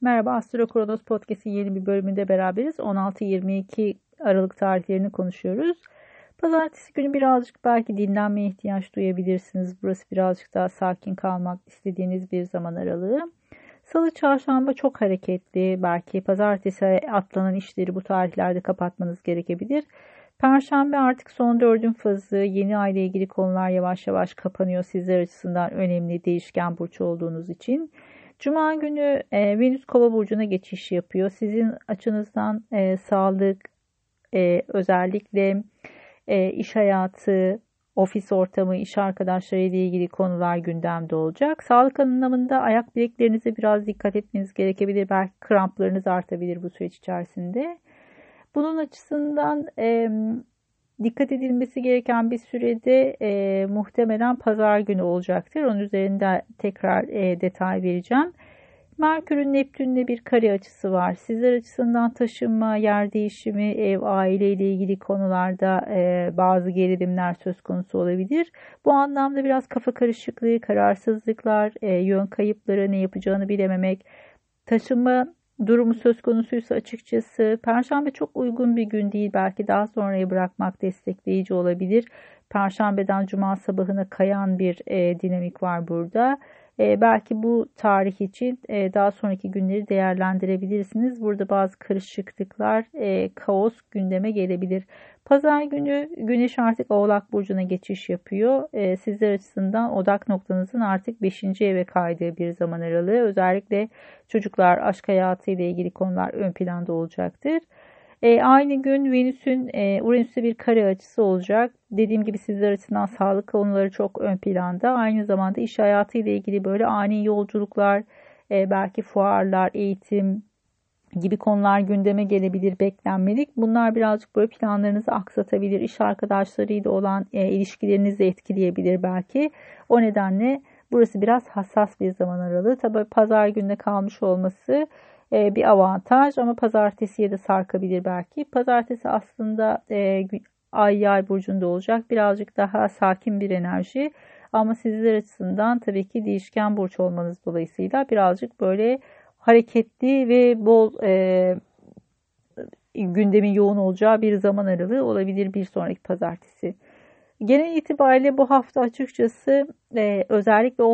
Merhaba, Astro Kronos Podcast'in yeni bir bölümünde beraberiz. 16-22 Aralık tarihlerini konuşuyoruz. Pazartesi günü birazcık belki dinlenmeye ihtiyaç duyabilirsiniz. Burası birazcık daha sakin kalmak istediğiniz bir zaman aralığı. Salı, çarşamba çok hareketli. Belki pazartesi atlanan işleri bu tarihlerde kapatmanız gerekebilir. Perşembe artık son dördün fazı, yeni ay ile ilgili konular yavaş yavaş kapanıyor. Sizler açısından önemli, değişken burç olduğunuz için. Cuma günü Venüs Kova burcuna geçiş yapıyor. Sizin açınızdan sağlık, özellikle iş hayatı, ofis ortamı, iş arkadaşları ile ilgili konular gündemde olacak. Sağlık anlamında ayak bileklerinize biraz dikkat etmeniz gerekebilir. Belki kramplarınız artabilir bu süreç içerisinde. Bunun açısından dikkat edilmesi gereken bir sürede muhtemelen pazar günü olacaktır. Onun üzerinde tekrar detay vereceğim. Merkür'ün Neptün'le bir kare açısı var. Sizler açısından taşınma, yer değişimi, ev, aile ile ilgili konularda bazı gerilimler söz konusu olabilir. Bu anlamda biraz kafa karışıklığı, kararsızlıklar, yön kayıpları, ne yapacağını bilememek, taşınma durumu söz konusuysa açıkçası Perşembe çok uygun bir gün değil. Belki daha sonraya bırakmak destekleyici olabilir. Perşembeden Cuma sabahına kayan bir dinamik var burada. Belki bu tarih için daha sonraki günleri değerlendirebilirsiniz. Burada bazı karışıklıklar, kaos gündeme gelebilir. Pazar günü Güneş artık Oğlak Burcu'na geçiş yapıyor. Sizler açısından odak noktanızın artık 5. eve kaydığı bir zaman aralığı. Özellikle çocuklar, aşk hayatı ile ilgili konular ön planda olacaktır. Aynı gün Venüs'ün Uranüs'te bir kare açısı olacak. Dediğim gibi sizler açısından sağlık konuları çok ön planda. Aynı zamanda iş hayatı ile ilgili böyle ani yolculuklar, belki fuarlar, eğitim gibi konular gündeme gelebilir, beklenmedik. Bunlar birazcık böyle planlarınızı aksatabilir. İş arkadaşlarıyla olan ilişkilerinizi etkileyebilir belki. O nedenle burası biraz hassas bir zaman aralığı. Tabii pazar gününe kalmış olması bir avantaj ama pazartesiye de sarkabilir belki. Pazartesi aslında Ay Yay burcunda olacak. Birazcık daha sakin bir enerji. Ama sizler açısından tabii ki değişken burç olmanız dolayısıyla birazcık böyle hareketli ve bol gündemin yoğun olacağı bir zaman aralığı olabilir bir sonraki pazartesi. Genel itibariyle bu hafta açıkçası özellikle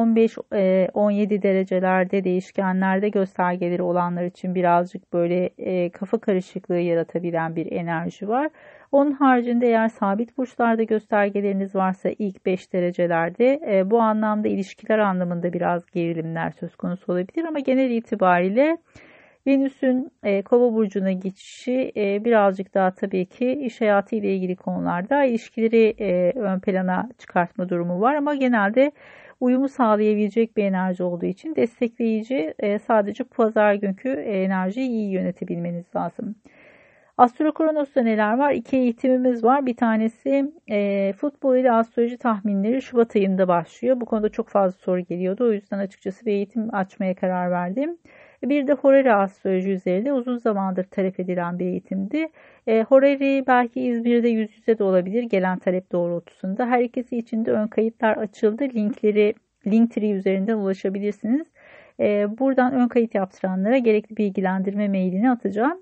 15-17 derecelerde değişkenlerde göstergeleri olanlar için birazcık böyle kafa karışıklığı yaratabilen bir enerji var. Onun haricinde eğer sabit burçlarda göstergeleriniz varsa ilk 5 derecelerde bu anlamda ilişkiler anlamında biraz gerilimler söz konusu olabilir ama genel itibariyle Venüs'ün Kova burcuna geçişi birazcık daha tabii ki iş hayatı ile ilgili konularda ilişkileri ön plana çıkartma durumu var ama genelde uyumu sağlayabilecek bir enerji olduğu için destekleyici, sadece pazar günkü enerjiyi iyi yönetebilmeniz lazım. Astro Kronos'ta neler var? İki eğitimimiz var. Bir tanesi futbol ile astroloji tahminleri Şubat ayında başlıyor. Bu konuda çok fazla soru geliyordu. O yüzden açıkçası bir eğitim açmaya karar verdim. Bir de Horary astroloji üzerinde uzun zamandır talep edilen bir eğitimdi. Horary belki İzmir'de yüz yüze de olabilir gelen talep doğrultusunda. Her ikisi için de ön kayıtlar açıldı. Linkleri Linktree üzerinden ulaşabilirsiniz. Buradan ön kayıt yaptıranlara gerekli bilgilendirme mailini atacağım.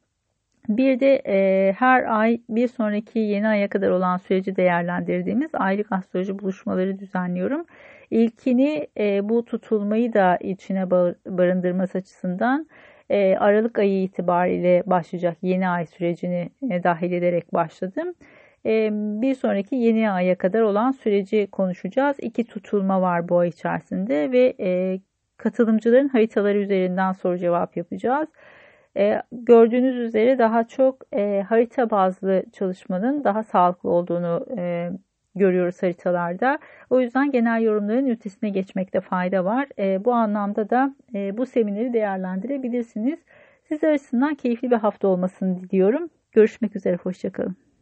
Bir de her ay bir sonraki yeni aya kadar olan süreci değerlendirdiğimiz aylık astroloji buluşmaları düzenliyorum. İlkini bu tutulmayı da içine barındırması açısından Aralık ayı itibariyle başlayacak yeni ay sürecini dahil ederek başladım. Bir sonraki yeni aya kadar olan süreci konuşacağız. İki tutulma var bu ay içerisinde ve katılımcıların haritaları üzerinden soru cevap yapacağız. Gördüğünüz üzere daha çok harita bazlı çalışmanın daha sağlıklı olduğunu görüyoruz haritalarda. O yüzden genel yorumların ötesine geçmekte fayda var. Bu anlamda da bu semineri değerlendirebilirsiniz. Sizler açısından keyifli bir hafta olmasını diliyorum. Görüşmek üzere, hoşça kalın.